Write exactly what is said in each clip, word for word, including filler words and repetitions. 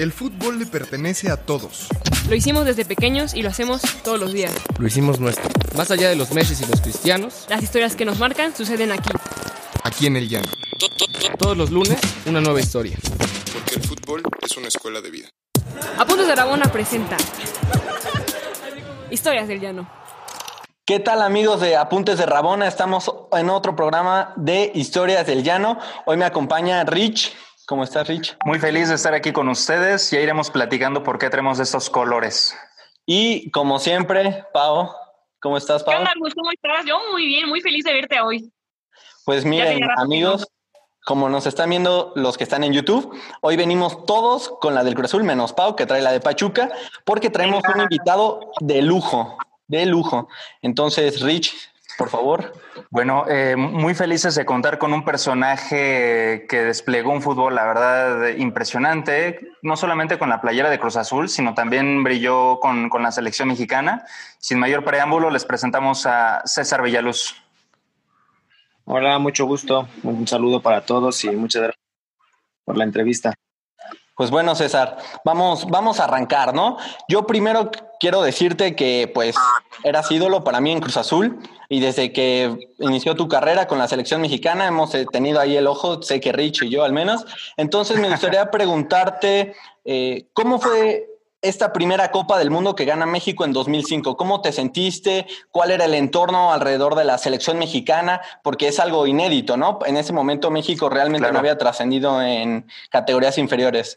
El fútbol le pertenece a todos. Lo hicimos desde pequeños y lo hacemos todos los días. Lo hicimos nuestro. Más allá de los Messi y los Cristianos, las historias que nos marcan suceden aquí. Aquí en El Llano. Todos los lunes, una nueva historia. Porque el fútbol es una escuela de vida. Apuntes de Rabona presenta Historias del Llano. ¿Qué tal, amigos de Apuntes de Rabona? Estamos en otro programa de Historias del Llano. Hoy me acompaña Rich. ¿Cómo estás, Rich? Muy feliz de estar aquí con ustedes. Ya iremos platicando por qué traemos estos colores. Y como siempre, Pau. ¿Cómo estás, Pau? ¿Qué onda, Gus? ¿Cómo estás? Yo muy bien, muy feliz de verte hoy. Pues miren, amigos, como nos están viendo los que están en YouTube, hoy venimos todos con la del Cruz Azul, menos Pau, que trae la de Pachuca, porque traemos un invitado de lujo, de lujo. Entonces, Rich, por favor. Bueno, eh, muy felices de contar con un personaje que desplegó un fútbol, la verdad, impresionante, no solamente con la playera de Cruz Azul, sino también brilló con, con la selección mexicana. Sin mayor preámbulo, les presentamos a César Villaluz. Hola, mucho gusto. Un saludo para todos y muchas gracias por la entrevista. Pues bueno, César, vamos, vamos a arrancar, ¿no? Yo primero quiero decirte que pues eras ídolo para mí en Cruz Azul y desde que inició tu carrera con la selección mexicana hemos tenido ahí el ojo, sé que Rich y yo al menos. Entonces me gustaría preguntarte, eh, ¿cómo fue esta primera Copa del Mundo que gana México en dos mil cinco? ¿Cómo te sentiste? ¿Cuál era el entorno alrededor de la selección mexicana? Porque es algo inédito, ¿no? En ese momento México realmente claro. no había trascendido en categorías inferiores.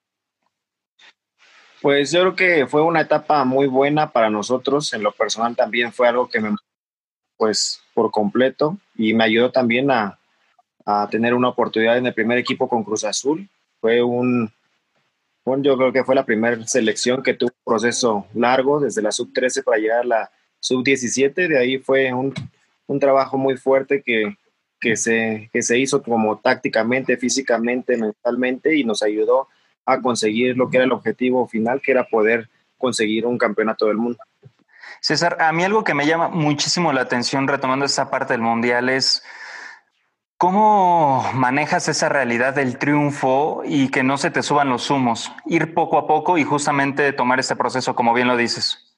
Pues yo creo que fue una etapa muy buena para nosotros. En lo personal también fue algo que me, pues, por completo y me ayudó también a, a tener una oportunidad en el primer equipo con Cruz Azul. Fue un, bueno, yo creo que fue la primera selección que tuvo un proceso largo desde la sub trece para llegar a la sub diecisiete. De ahí fue un, un trabajo muy fuerte que, que, se, que se hizo como tácticamente, físicamente, mentalmente y nos ayudó a conseguir lo que era el objetivo final, que era poder conseguir un campeonato del mundo. César, a mí algo que me llama muchísimo la atención retomando esta parte del Mundial es ¿cómo manejas esa realidad del triunfo y que no se te suban los humos? Ir poco a poco y justamente tomar este proceso, como bien lo dices.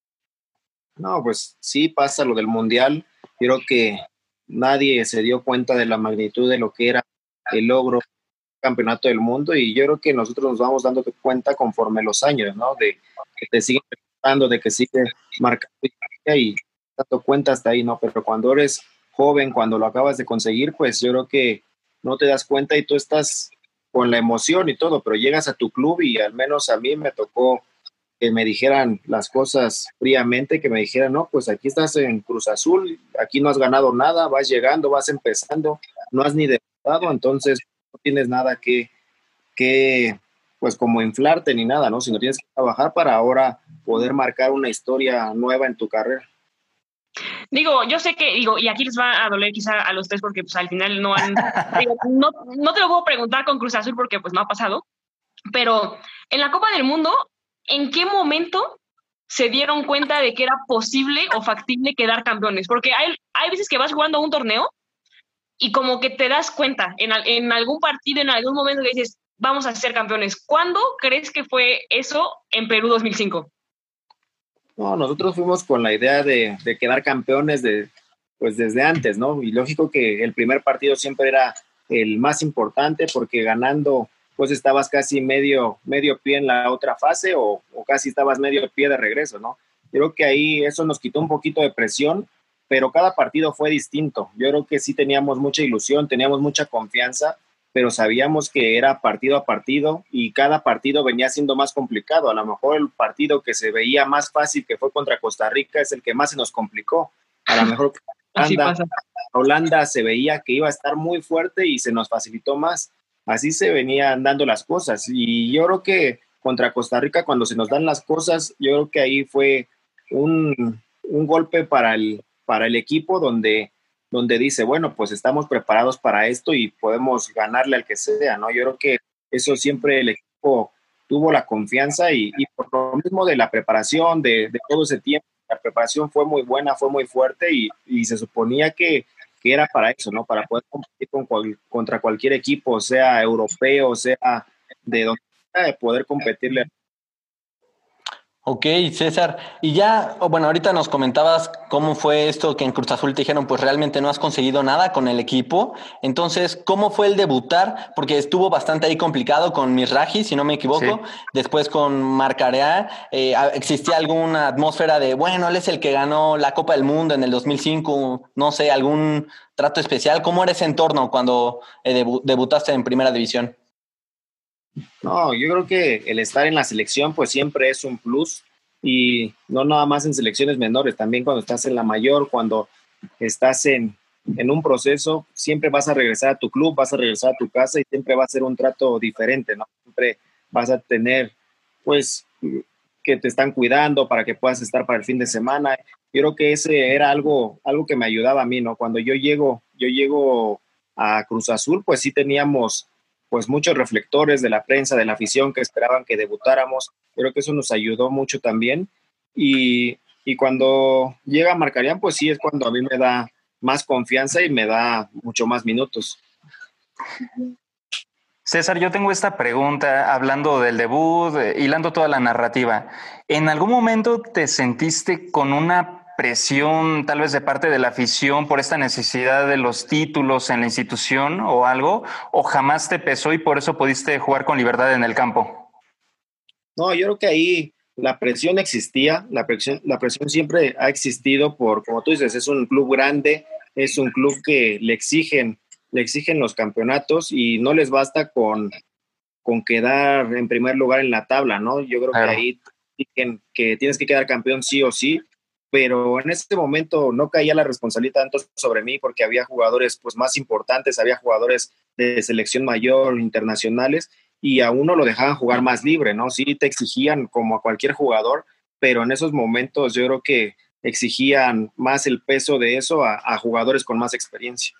No, pues sí pasa lo del Mundial. Creo que nadie se dio cuenta de la magnitud de lo que era el logro campeonato del mundo y yo creo que nosotros nos vamos dando cuenta conforme los años, ¿no? De que te siguen preguntando, de que sigue marcando y dando cuenta hasta ahí, ¿no? Pero cuando eres joven, cuando lo acabas de conseguir, pues yo creo que no te das cuenta y tú estás con la emoción y todo, pero llegas a tu club y al menos a mí me tocó que me dijeran las cosas fríamente, que me dijeran, no, pues aquí estás en Cruz Azul, aquí no has ganado nada, vas llegando, vas empezando, no has ni debutado, entonces no tienes nada que, que, pues como inflarte ni nada, ¿no? Sino tienes que trabajar para ahora poder marcar una historia nueva en tu carrera. Digo, yo sé que, digo, y aquí les va a doler quizá a los tres porque pues al final no han, digo, no, no te lo puedo preguntar con Cruz Azul porque pues no ha pasado, pero en la Copa del Mundo, ¿en qué momento se dieron cuenta de que era posible o factible quedar campeones? Porque hay, hay veces que vas jugando un torneo y como que te das cuenta en, en algún partido, en algún momento que dices, vamos a ser campeones. ¿Cuándo crees que fue eso en Perú dos mil cinco? No, nosotros fuimos con la idea de, de quedar campeones de, pues desde antes, ¿no? Y lógico que el primer partido siempre era el más importante porque ganando, pues estabas casi medio, medio pie en la otra fase o, o casi estabas medio pie de regreso, ¿no? Creo que ahí eso nos quitó un poquito de presión, pero cada partido fue distinto. Yo creo que sí teníamos mucha ilusión, teníamos mucha confianza, pero sabíamos que era partido a partido y cada partido venía siendo más complicado. A lo mejor el partido que se veía más fácil, que fue contra Costa Rica, es el que más se nos complicó. A lo mejor Holanda, Holanda se veía que iba a estar muy fuerte y se nos facilitó más. Así se venían dando las cosas. Y yo creo que contra Costa Rica, cuando se nos dan las cosas, yo creo que ahí fue un, un golpe para el para el equipo donde, donde dice, bueno, pues estamos preparados para esto y podemos ganarle al que sea, ¿no? Yo creo que eso siempre el equipo tuvo la confianza y, y por lo mismo de la preparación, de, de todo ese tiempo, la preparación fue muy buena, fue muy fuerte y, y se suponía que, que era para eso, ¿no? Para poder competir con cual, contra cualquier equipo, sea europeo, sea de donde de poder competirle. Ok, César. Y ya, oh, bueno, ahorita nos comentabas cómo fue esto que en Cruz Azul te dijeron, pues realmente no has conseguido nada con el equipo. Entonces, ¿cómo fue el debutar? Porque estuvo bastante ahí complicado con Mizrahi, si no me equivoco. Sí. Después con Marcarea, eh, ¿existía alguna atmósfera de, bueno, él es el que ganó la Copa del Mundo en el dos mil cinco? No sé, algún trato especial. ¿Cómo era ese entorno cuando eh, debu- debutaste en Primera División? No, yo creo que el estar en la selección pues siempre es un plus y no nada más en selecciones menores, también cuando estás en la mayor, cuando estás en, en un proceso, siempre vas a regresar a tu club, vas a regresar a tu casa y siempre va a ser un trato diferente, ¿no? Siempre vas a tener pues que te están cuidando para que puedas estar para el fin de semana. Yo creo que ese era algo, algo que me ayudaba a mí, ¿no? Cuando yo llego, yo llego a Cruz Azul, pues sí teníamos pues muchos reflectores de la prensa, de la afición que esperaban que debutáramos. Creo que eso nos ayudó mucho también. Y, y cuando llega Marcarián, pues sí es cuando a mí me da más confianza y me da mucho más minutos. César, yo tengo esta pregunta hablando del debut, eh, hilando toda la narrativa. ¿En algún momento te sentiste con una presión tal vez de parte de la afición por esta necesidad de los títulos en la institución o algo? ¿O jamás te pesó y por eso pudiste jugar con libertad en el campo? No, yo creo que ahí la presión existía, la presión, la presión siempre ha existido por, como tú dices, es un club grande, es un club que le exigen, le exigen los campeonatos y no les basta con, con quedar en primer lugar en la tabla, ¿no? Yo creo Claro. que ahí dicen que tienes que quedar campeón sí o sí, pero en ese momento no caía la responsabilidad tanto sobre mí porque había jugadores pues más importantes, había jugadores de selección mayor, internacionales, y a uno lo dejaban jugar más libre, ¿no? Sí te exigían como a cualquier jugador, pero en esos momentos yo creo que exigían más el peso de eso a, a jugadores con más experiencia.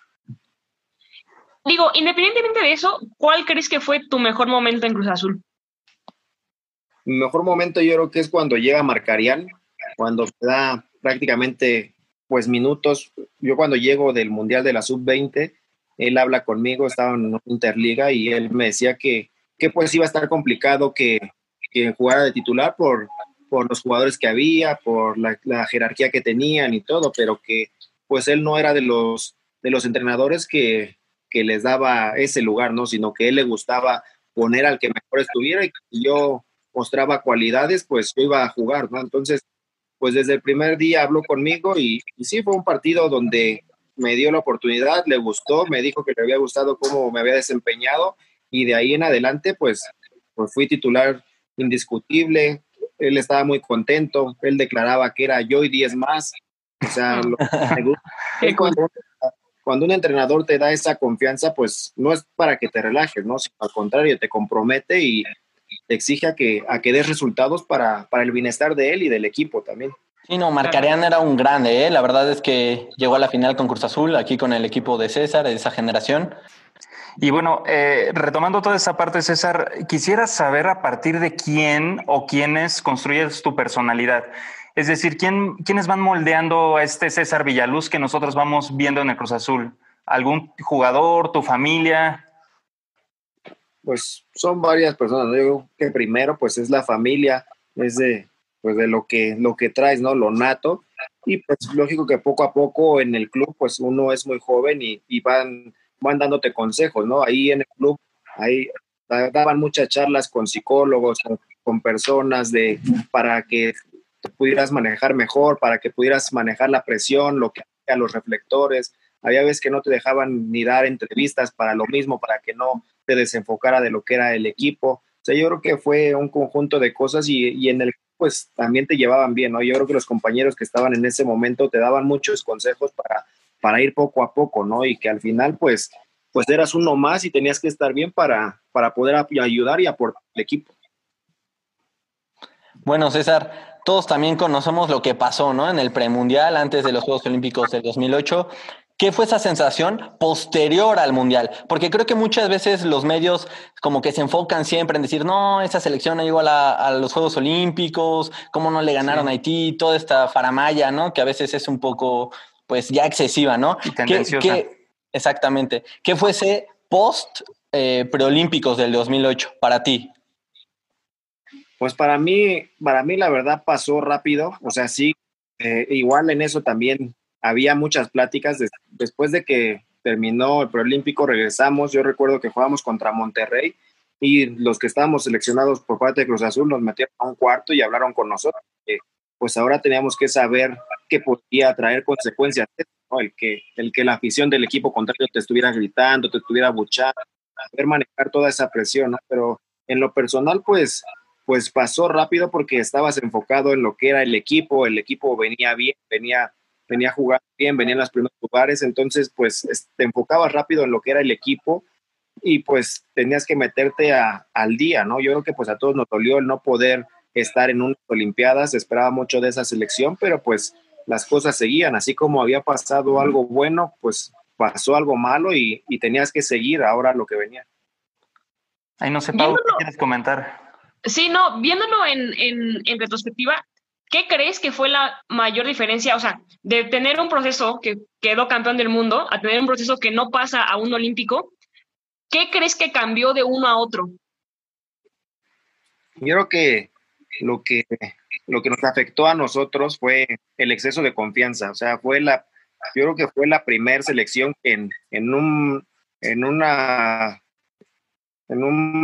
Digo, independientemente de eso, ¿cuál crees que fue tu mejor momento en Cruz Azul? Mi mejor momento yo creo que es cuando llega Marcarián, cuando te da prácticamente pues minutos. Yo cuando llego del Mundial de la sub veinte, él habla conmigo, estaba en una Interliga y él me decía que, que pues iba a estar complicado que, que jugara de titular por, por los jugadores que había, por la, la jerarquía que tenían y todo, pero que pues él no era de los, de los entrenadores que, que les daba ese lugar, ¿no? Sino que a él le gustaba poner al que mejor estuviera y que yo mostraba cualidades, pues yo iba a jugar, ¿no? Entonces, pues desde el primer día habló conmigo y, y sí, fue un partido donde me dio la oportunidad, le gustó, me dijo que le había gustado cómo me había desempeñado y de ahí en adelante, pues, pues fui titular indiscutible, él estaba muy contento, él declaraba que era yo y diez más, o sea, lo, Qué cool. cuando, cuando un entrenador te da esa confianza, pues no es para que te relajes, ¿no? Sino al contrario, te compromete y te exige a que, a que des resultados para, para el bienestar de él y del equipo también. Sí, no, Marcarián era un grande, ¿eh? La verdad es que llegó a la final con Cruz Azul, aquí con el equipo de César, de esa generación. Y bueno, eh, retomando toda esa parte, César, quisiera saber a partir de quién o quiénes construyes tu personalidad. Es decir, ¿quién, ¿quiénes van moldeando a este César Villaluz que nosotros vamos viendo en el Cruz Azul? ¿Algún jugador, tu familia? Pues son varias personas, ¿no? Yo creo que primero pues es la familia, es de, pues de lo que, lo que traes, ¿no? Lo nato. Y pues lógico que poco a poco en el club pues uno es muy joven y, y van, van dándote consejos, ¿no? Ahí en el club, ahí daban muchas charlas con psicólogos, con, con personas de, para que te pudieras manejar mejor, para que pudieras manejar la presión, lo que a los reflectores. Había veces que no te dejaban ni dar entrevistas para lo mismo, para que no te desenfocara de lo que era el equipo. O sea, yo creo que fue un conjunto de cosas y, y en el pues también te llevaban bien, ¿no? Yo creo que los compañeros que estaban en ese momento te daban muchos consejos para, para ir poco a poco, ¿no? Y que al final, pues, pues eras uno más y tenías que estar bien para, para poder ayudar y aportar al equipo. Bueno, César, todos también conocemos lo que pasó, ¿no? En el premundial, antes de los Juegos Olímpicos del dos mil ocho. ¿Qué fue esa sensación posterior al Mundial? Porque creo que muchas veces los medios como que se enfocan siempre en decir, no, esa selección no llegó a, la, a los Juegos Olímpicos, cómo no le ganaron Sí. a Haití, toda esta faramalla, ¿no? Que a veces es un poco, pues, ya excesiva, ¿no? Y ¿Qué, tendenciosa. qué, exactamente. ¿Qué fue ese post eh, preolímpicos del dos mil ocho para ti? Pues para mí, para mí la verdad pasó rápido, o sea, sí, eh, igual en eso también había muchas pláticas. Des- después de que terminó el preolímpico, regresamos, yo recuerdo que jugábamos contra Monterrey y los que estábamos seleccionados por parte de Cruz Azul nos metieron a un cuarto y hablaron con nosotros, que pues ahora teníamos que saber qué podía traer consecuencias, ¿no? El que, el que la afición del equipo contrario te estuviera gritando, te estuviera buchando, saber manejar toda esa presión, ¿no? Pero en lo personal, pues pues pasó rápido porque estabas enfocado en lo que era el equipo, el equipo venía bien, venía, venía jugando bien, venía en los primeros lugares, entonces pues te enfocabas rápido en lo que era el equipo y pues tenías que meterte a, al día, ¿no? Yo creo que pues a todos nos dolió el no poder estar en unas Olimpiadas, se esperaba mucho de esa selección, pero pues las cosas seguían, así como había pasado algo bueno, pues pasó algo malo y, y tenías que seguir ahora lo que venía. Ay, no sé, Pau, ¿qué Viéndolo, quieres comentar? sí, no, viéndolo en, en, en retrospectiva, ¿qué crees que fue la mayor diferencia? O sea, de tener un proceso que quedó campeón del mundo a tener un proceso que no pasa a un olímpico, ¿qué crees que cambió de uno a otro? Yo creo que lo que lo que nos afectó a nosotros fue el exceso de confianza, o sea, fue la, yo creo que fue la primera selección que en, en un en una en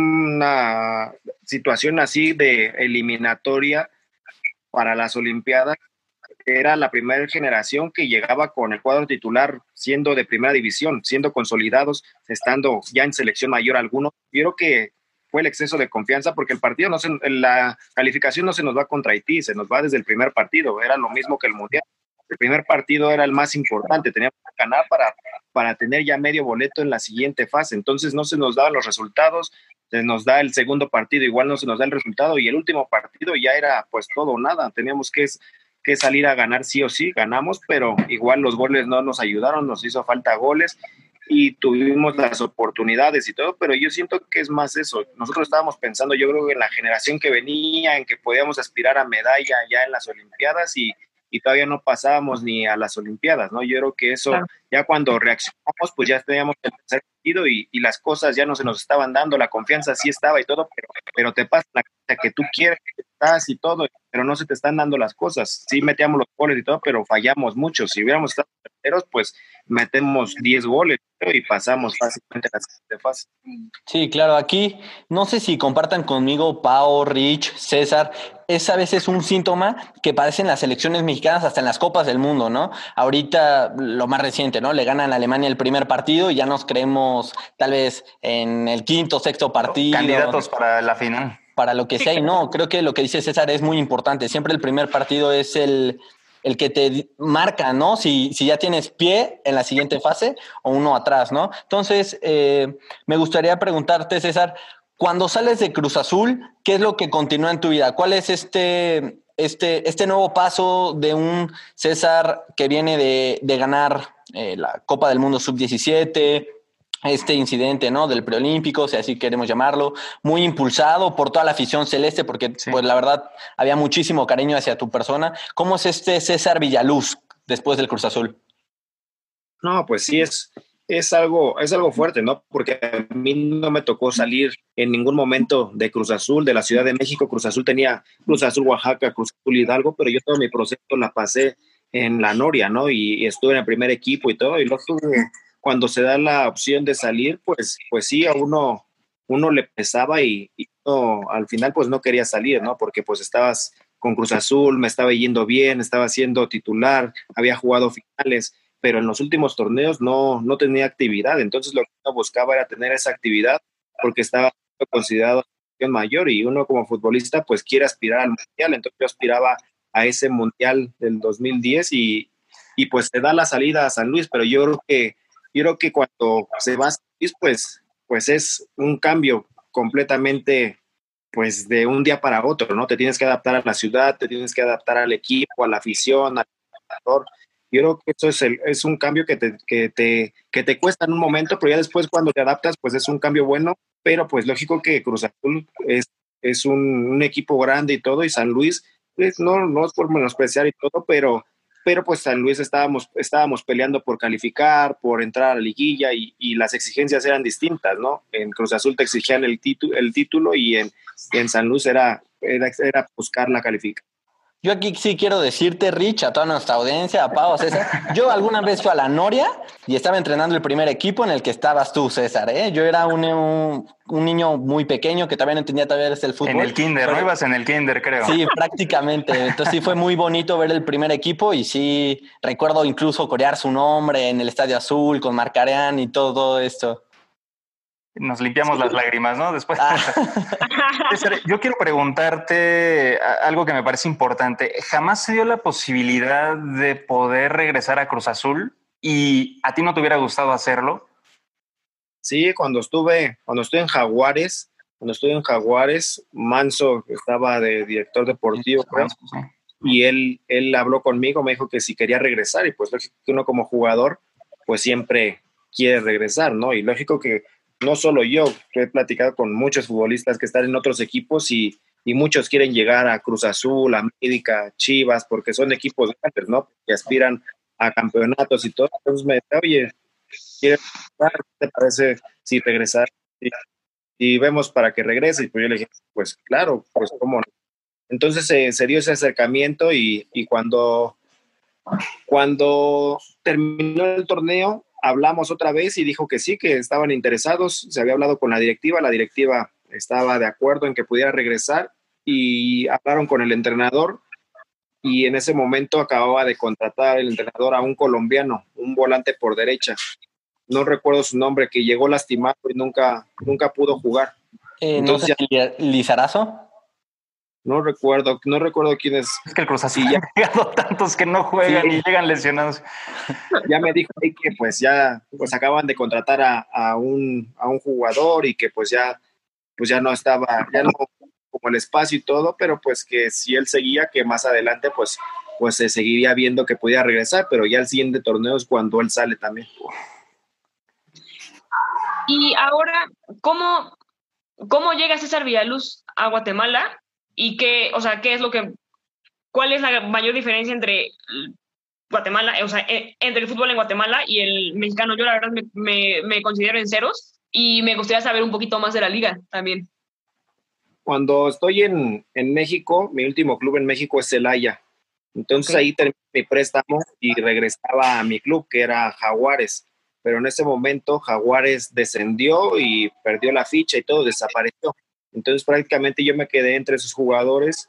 una situación así de eliminatoria para las Olimpiadas, era la primera generación que llegaba con el cuadro titular siendo de primera división, siendo consolidados, estando ya en selección mayor algunos. Yo creo que fue el exceso de confianza porque el partido, no se, la calificación no se nos va contra Haití, se nos va desde el primer partido, era lo mismo que el Mundial. El primer partido era el más importante, teníamos que ganar para, para tener ya medio boleto en la siguiente fase, entonces no se nos daban los resultados, se nos da el segundo partido, igual no se nos da el resultado, y el último partido ya era pues todo o nada, teníamos que, que salir a ganar sí o sí, ganamos, pero igual los goles no nos ayudaron, nos hizo falta goles, y tuvimos las oportunidades y todo, pero yo siento que es más eso. Nosotros estábamos pensando, yo creo que en la generación que venía, en que podíamos aspirar a medalla ya en las Olimpiadas y, y todavía no pasábamos ni a las Olimpiadas, ¿no? Yo creo que eso, claro, ya cuando reaccionamos, pues ya teníamos el tercer partido y, y las cosas ya no se nos estaban dando, la confianza sí estaba y todo, pero, pero te pasa la cosa que tú quieres, que estás y todo, pero no se te están dando las cosas. Sí metíamos los goles y todo, pero fallamos mucho. Si hubiéramos estado terceros, pues metemos diez goles y pasamos fácilmente a la siguiente fase. Sí, claro, aquí no sé si compartan conmigo, Pau, Rich, César, es a veces un síntoma que parecen las selecciones mexicanas hasta en las Copas del Mundo, ¿no? Ahorita lo más reciente, ¿no? Le ganan a Alemania el primer partido y ya nos creemos tal vez en el quinto, sexto partido. Candidatos para la final. Para lo que sea, y no, creo que lo que dice César es muy importante. Siempre el primer partido es el... el que te marca, ¿no? Si, si ya tienes pie en la siguiente fase o uno atrás, ¿no? Entonces, eh, me gustaría preguntarte, César, cuando sales de Cruz Azul, ¿qué es lo que continúa en tu vida? ¿Cuál es este, este, este nuevo paso de un César que viene de, de ganar eh, la Copa del Mundo sub diecisiete, este incidente, ¿no? Del preolímpico, si así queremos llamarlo, muy impulsado por toda la afición celeste, porque sí, pues la verdad había muchísimo cariño hacia tu persona. ¿Cómo es este César Villaluz después del Cruz Azul? No, pues sí, es, es, algo, es algo fuerte, ¿no? Porque a mí no me tocó salir en ningún momento de Cruz Azul, de la Ciudad de México. Cruz Azul tenía Cruz Azul Oaxaca, Cruz Azul Hidalgo, pero yo todo mi proceso la pasé en la Noria, ¿no? Y, y estuve en el primer equipo y todo, y luego tuve... Cuando se da la opción de salir, pues, pues sí, a uno, uno le pesaba y, y no, al final pues no quería salir, ¿no? Porque pues estabas con Cruz Azul, me estaba yendo bien, estaba siendo titular, había jugado finales, pero en los últimos torneos no, no tenía actividad. Entonces lo que uno buscaba era tener esa actividad porque estaba considerado mayor y uno como futbolista pues quiere aspirar al mundial. Entonces yo aspiraba a ese mundial del dos mil diez y, y pues se da la salida a San Luis, pero yo creo que Yo creo que cuando se va a San Luis, pues, pues es un cambio completamente, pues, de un día para otro, ¿no? Te tienes que adaptar a la ciudad, te tienes que adaptar al equipo, a la afición, al jugador. Yo creo que eso es, el, es un cambio que te, que, te, que te cuesta en un momento, pero ya después cuando te adaptas, pues es un cambio bueno, pero pues lógico que Cruz Azul es, es un, un equipo grande y todo, y San Luis, pues, no, no es por menospreciar y todo, pero... pero pues San Luis estábamos, estábamos peleando por calificar, por entrar a la liguilla y, y las exigencias eran distintas, ¿no? En Cruz Azul te exigían el, titu- el título y en en San Luis era, era, era buscar la calificación. Yo aquí sí quiero decirte, Rich, a toda nuestra audiencia, a Pau, a César, yo alguna vez fui a la Noria y estaba entrenando el primer equipo en el que estabas tú, César, ¿eh? Yo era un, un, un niño muy pequeño que todavía no entendía todavía el fútbol. En el kinder, pero, ¿no? Ibas en el kinder, creo. Sí, prácticamente. Entonces sí fue muy bonito ver el primer equipo y sí recuerdo incluso corear su nombre en el Estadio Azul con Marcareán y todo esto. Nos limpiamos sí. las lágrimas, ¿no? Después. Ah. César, yo quiero preguntarte algo que me parece importante. ¿Jamás se dio la posibilidad de poder regresar a Cruz Azul y a ti no te hubiera gustado hacerlo? Sí, cuando estuve, cuando estuve en Jaguares, cuando estuve en Jaguares, Manso estaba de director deportivo, creo, sí. y él, él habló conmigo, me dijo que si quería regresar, y pues lógico que uno como jugador, pues siempre quiere regresar, ¿no? Y lógico que no solo yo, he platicado con muchos futbolistas que están en otros equipos y, y muchos quieren llegar a Cruz Azul, América, Chivas, porque son equipos grandes, ¿no? Que aspiran a campeonatos y todo. Entonces me decía, oye, ¿quieres regresar? ¿Qué te parece si regresar? Y, y vemos para que regrese. Y pues yo le dije, pues claro, pues cómo no. Entonces eh, se dio ese acercamiento y, y cuando, cuando terminó el torneo, hablamos otra vez y dijo que sí, que estaban interesados, se había hablado con la directiva, la directiva estaba de acuerdo en que pudiera regresar y hablaron con el entrenador y en ese momento acababa de contratar el entrenador a un colombiano, un volante por derecha, no recuerdo su nombre, que llegó lastimado y nunca, nunca pudo jugar. Eh, Entonces, ¿no sé si Lizarazo? No recuerdo, no recuerdo quién es. Es que el Cruz Azul ya ha llegado tantos que no juegan sí. y llegan lesionados. Ya me dijo ahí que pues ya pues acaban de contratar a, a, un, a un jugador y que pues ya, pues ya no estaba, ya no como el espacio y todo, pero pues que si él seguía, que más adelante pues, pues se seguiría viendo que podía regresar, pero ya el siguiente torneo es cuando él sale también. Y ahora, ¿cómo, cómo llega César Villaluz a Guatemala? ¿Y qué, o sea, qué es lo que, cuál es la mayor diferencia entre Guatemala, o sea, entre el fútbol en Guatemala y el mexicano? Yo la verdad me, me, me considero en ceros y me gustaría saber un poquito más de la liga también. Cuando estoy en, en México, mi último club en México es Celaya. Entonces okay. ahí terminé mi préstamo y regresaba a mi club, que era Jaguares. Pero en ese momento Jaguares descendió y perdió la ficha y todo, desapareció. Entonces prácticamente yo me quedé entre esos jugadores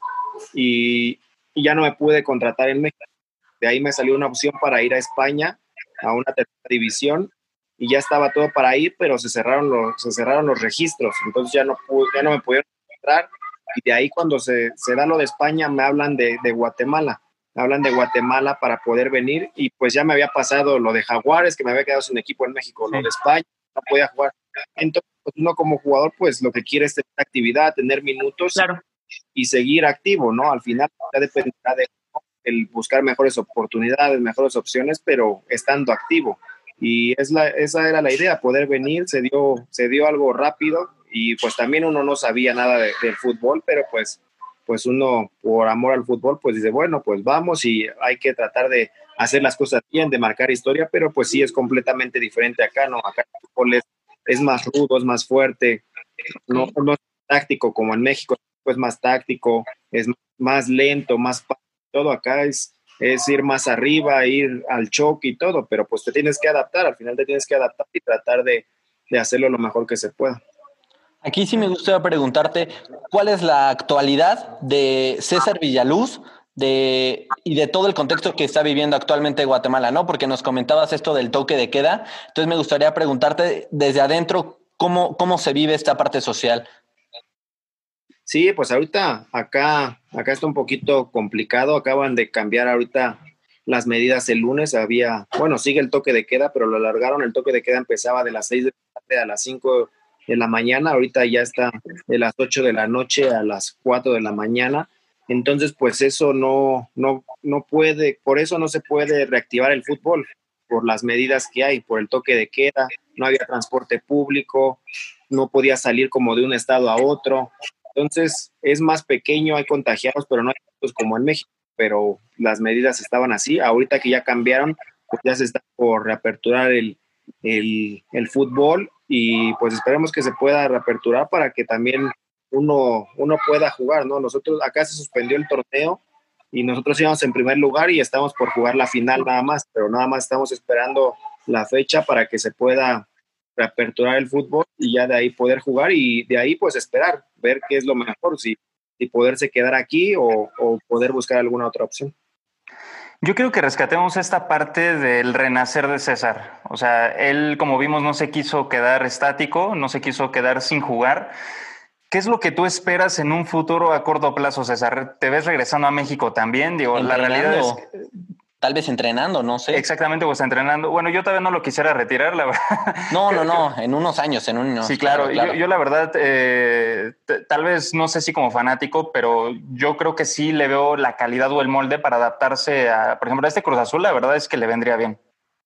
y, y ya no me pude contratar en México. De ahí me salió una opción para ir a España, a una tercera división, y ya estaba todo para ir, pero se cerraron los, se cerraron los registros. Entonces ya no, pude, ya no me pudieron entrar. Y de ahí cuando se, se da lo de España me hablan de, de Guatemala. Me hablan de Guatemala para poder venir y pues ya me había pasado lo de Jaguares, que me había quedado sin equipo en México, sí. Lo de España, no podía jugar. Entonces uno como jugador pues lo que quiere es tener actividad, tener minutos claro. y seguir activo, ¿no? Al final ya dependerá de el buscar mejores oportunidades, mejores opciones, pero estando activo. Y es la, esa era la idea, poder venir, se dio, se dio algo rápido y pues también uno no sabía nada de, del fútbol, pero pues pues uno por amor al fútbol pues dice, bueno, pues vamos y hay que tratar de hacer las cosas bien, de marcar historia, pero pues sí es completamente diferente acá, ¿no? Acá el fútbol es, es más rudo, es más fuerte, no, no es táctico como en México, es más táctico, es más lento, más todo acá es, es ir más arriba, ir al choque y todo, pero pues te tienes que adaptar, al final te tienes que adaptar y tratar de, de hacerlo lo mejor que se pueda. Aquí sí me gustaría preguntarte, ¿cuál es la actualidad de César Villaluz de, y de todo el contexto que está viviendo actualmente Guatemala, ¿no? Porque nos comentabas esto del toque de queda, entonces me gustaría preguntarte desde adentro, ¿cómo, cómo se vive esta parte social? Sí, pues ahorita acá, acá está un poquito complicado, acaban de cambiar ahorita las medidas el lunes, había, bueno, sigue el toque de queda, pero lo alargaron, el toque de queda empezaba de las seis de la tarde a las cinco de la mañana, ahorita ya está de las ocho de la noche a las cuatro de la mañana, entonces pues eso no, no, no puede, por eso no se puede reactivar el fútbol, por las medidas que hay, por el toque de queda, no había transporte público, no podía salir como de un estado a otro, entonces es más pequeño, hay contagiados, pero no hay tantos como en México, pero las medidas estaban así, ahorita que ya cambiaron, pues ya se está por reaperturar el, el, el fútbol y pues esperemos que se pueda reaperturar para que también uno, uno pueda jugar, ¿no? Nosotros, acá se suspendió el torneo y nosotros íbamos en primer lugar y estamos por jugar la final nada más, pero nada más estamos esperando la fecha para que se pueda reaperturar el fútbol y ya de ahí poder jugar y de ahí pues esperar, ver qué es lo mejor, si, si poderse quedar aquí o, o poder buscar alguna otra opción. Yo creo que rescatemos esta parte del renacer de César. O sea, él, como vimos, no se quiso quedar estático, no se quiso quedar sin jugar. ¿Qué es lo que tú esperas en un futuro a corto plazo, César? ¿Te ves regresando a México también? Digo, la realidad es que... Tal vez entrenando, no sé. Exactamente, pues entrenando. Bueno, yo todavía no lo quisiera retirar, la verdad. No, no, no, en unos años, en unos Sí, claro. claro, claro. Yo, yo la verdad, eh, t- tal vez no sé si como fanático, pero yo creo que sí le veo la calidad o el molde para adaptarse a, por ejemplo, a este Cruz Azul, la verdad es que le vendría bien.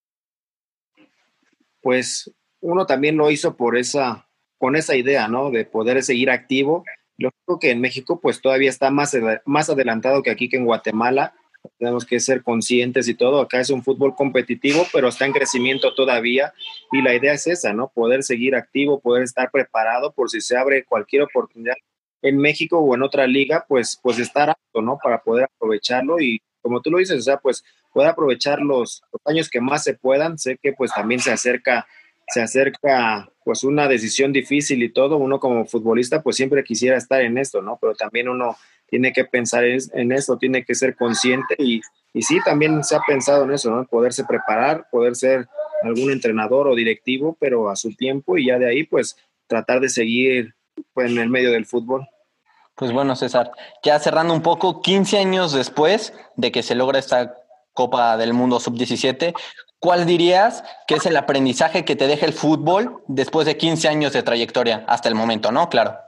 Pues uno también lo hizo por esa, con esa idea, ¿no? De poder seguir activo. Lo único que en México pues todavía está más, más adelantado que aquí que en Guatemala. Tenemos que ser conscientes y todo. Acá es un fútbol competitivo, pero está en crecimiento todavía y la idea es esa, ¿no? Poder seguir activo, poder estar preparado por si se abre cualquier oportunidad en México o en otra liga, pues, pues estar apto, ¿no? Para poder aprovecharlo y como tú lo dices, o sea, pues poder aprovechar los, los años que más se puedan. Sé que pues también se acerca, se acerca pues una decisión difícil y todo. Uno como futbolista pues siempre quisiera estar en esto, ¿no? Pero también uno tiene que pensar en, en eso, tiene que ser consciente y, y sí, también se ha pensado en eso, ¿no? Poderse preparar, poder ser algún entrenador o directivo, pero a su tiempo y ya de ahí, pues, tratar de seguir pues, en el medio del fútbol. Pues bueno, César, ya cerrando un poco, quince años después de que se logra esta Copa del Mundo sub diecisiete, ¿cuál dirías que es el aprendizaje que te deja el fútbol después de quince años de trayectoria hasta el momento, ¿no? Claro.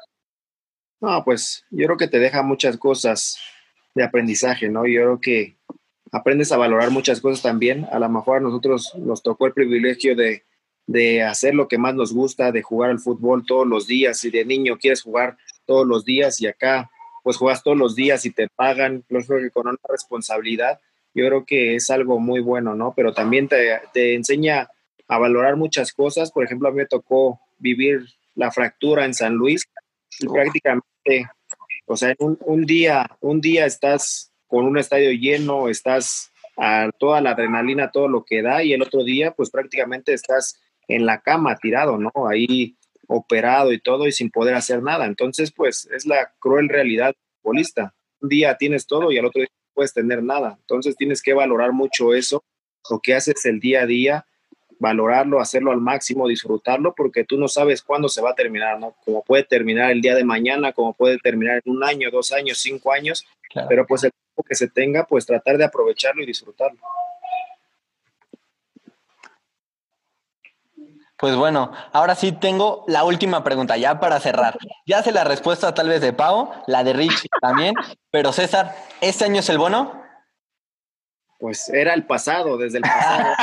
No, pues yo creo que te deja muchas cosas de aprendizaje, ¿no? Yo creo que aprendes a valorar muchas cosas también. A lo mejor a nosotros nos tocó el privilegio de, de hacer lo que más nos gusta, de jugar al fútbol todos los días. Y de niño quieres jugar todos los días y acá pues juegas todos los días y te pagan, yo creo que con una responsabilidad. Yo creo que es algo muy bueno, ¿no? Pero también te, te enseña a valorar muchas cosas. Por ejemplo, a mí me tocó vivir la fractura en San Luis y prácticamente, o sea, un, un día, un día estás con un estadio lleno, estás a toda la adrenalina, todo lo que da, y el otro día, pues prácticamente estás en la cama tirado, ¿no? Ahí operado y todo y sin poder hacer nada. Entonces, pues es la cruel realidad del futbolista. Un día tienes todo y al otro día no puedes tener nada. Entonces tienes que valorar mucho eso, lo que haces el día a día, valorarlo, hacerlo al máximo, disfrutarlo, porque tú no sabes cuándo se va a terminar, ¿no? Como puede terminar el día de mañana, como puede terminar en un año, dos años, cinco años, claro. Pero pues el tiempo que se tenga, pues tratar de aprovecharlo y disfrutarlo. Pues bueno, ahora sí tengo la última pregunta, ya para cerrar. Ya sé la respuesta tal vez de Pau, la de Rich también, pero César, ¿este año es el bueno? Pues era el pasado, desde el pasado.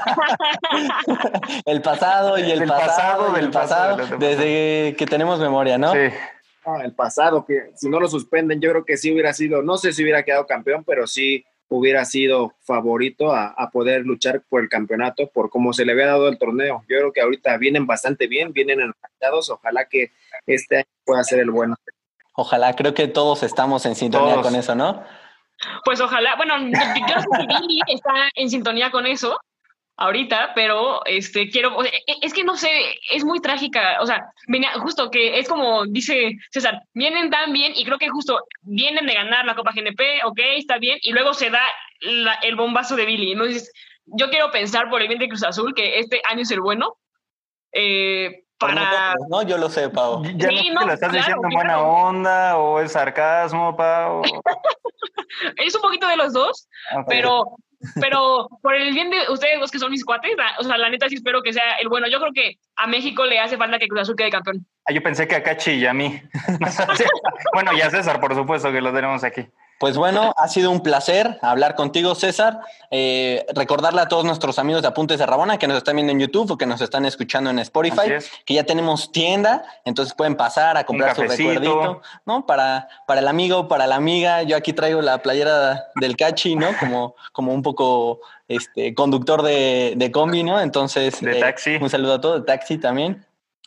el pasado y el, el pasado, pasado y el pasado, pasado desde que tenemos memoria, ¿no? Sí. Ah, el pasado, que si no lo suspenden, yo creo que sí hubiera sido, no sé si hubiera quedado campeón, pero sí hubiera sido favorito a, a poder luchar por el campeonato, por cómo se le había dado el torneo. Yo creo que ahorita vienen bastante bien, vienen enrachados, ojalá que este año pueda ser el bueno. Ojalá, creo que todos estamos en sintonía todos. con eso, ¿no? Pues ojalá, bueno, yo, yo no sé si Billy está en sintonía con eso ahorita, pero este quiero, o sea, es que no sé, es muy trágica, o sea, venía justo que es como dice César, vienen tan bien y creo que justo vienen de ganar la Copa G N P, ok, está bien, y luego se da la, el bombazo de Billy. Entonces, yo quiero pensar por el bien de Cruz Azul que este año es el bueno, eh, para... No, no, yo lo sé, Pau. Ya sí, no, no, te lo estás claro, diciendo en buena claro. onda o es sarcasmo, Pau. Es un poquito de los dos, okay. pero pero por el bien de ustedes dos que son mis cuates, la, o sea, la neta sí espero que sea el bueno. Yo creo que a México le hace falta que Cruz Azul quede campeón. Ah, yo pensé que a Cachi y a mí. Bueno, y a César, por supuesto, que lo tenemos aquí. Pues bueno, ha sido un placer hablar contigo, César. Eh, recordarle a todos nuestros amigos de Apuntes de Rabona que nos están viendo en YouTube o que nos están escuchando en Spotify, que ya tenemos tienda, entonces pueden pasar a comprar su recuerdito, ¿no? Para, para el amigo, para la amiga. Yo aquí traigo la playera del Cachi, ¿no? Como, como un poco este, conductor de, de combi, ¿no? Entonces, de eh, taxi. Un saludo a todos, de taxi también.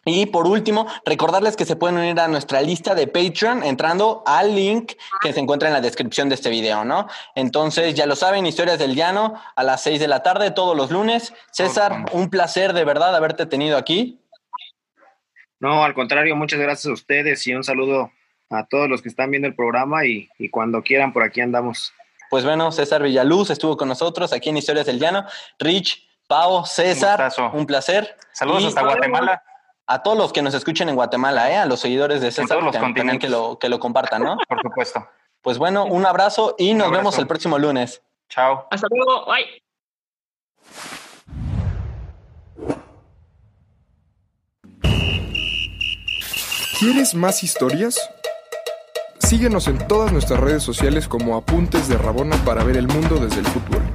Y por último, recordarles que se pueden unir a nuestra lista de Patreon entrando al link que se encuentra en la descripción de este video, ¿no? Entonces, ya lo saben, Historias del Llano a las seis de la tarde todos los lunes. César, un placer de verdad haberte tenido aquí. No, al contrario, muchas gracias a ustedes y un saludo a todos los que están viendo el programa y, y cuando quieran por aquí andamos. Pues bueno, César Villaluz estuvo con nosotros aquí en Historias del Llano. Rich, Pau, César, un, un placer. Saludos y hasta Guatemala. A todos los que nos escuchen en Guatemala, ¿eh? A los seguidores de César, los que, también que lo, que lo compartan, ¿no? Por supuesto. Pues bueno, un abrazo y nos abrazo. vemos el próximo lunes. Chao. Hasta luego. Bye. ¿Quieres más historias? Síguenos en todas nuestras redes sociales como Apuntes de Rabona para ver el mundo desde el fútbol.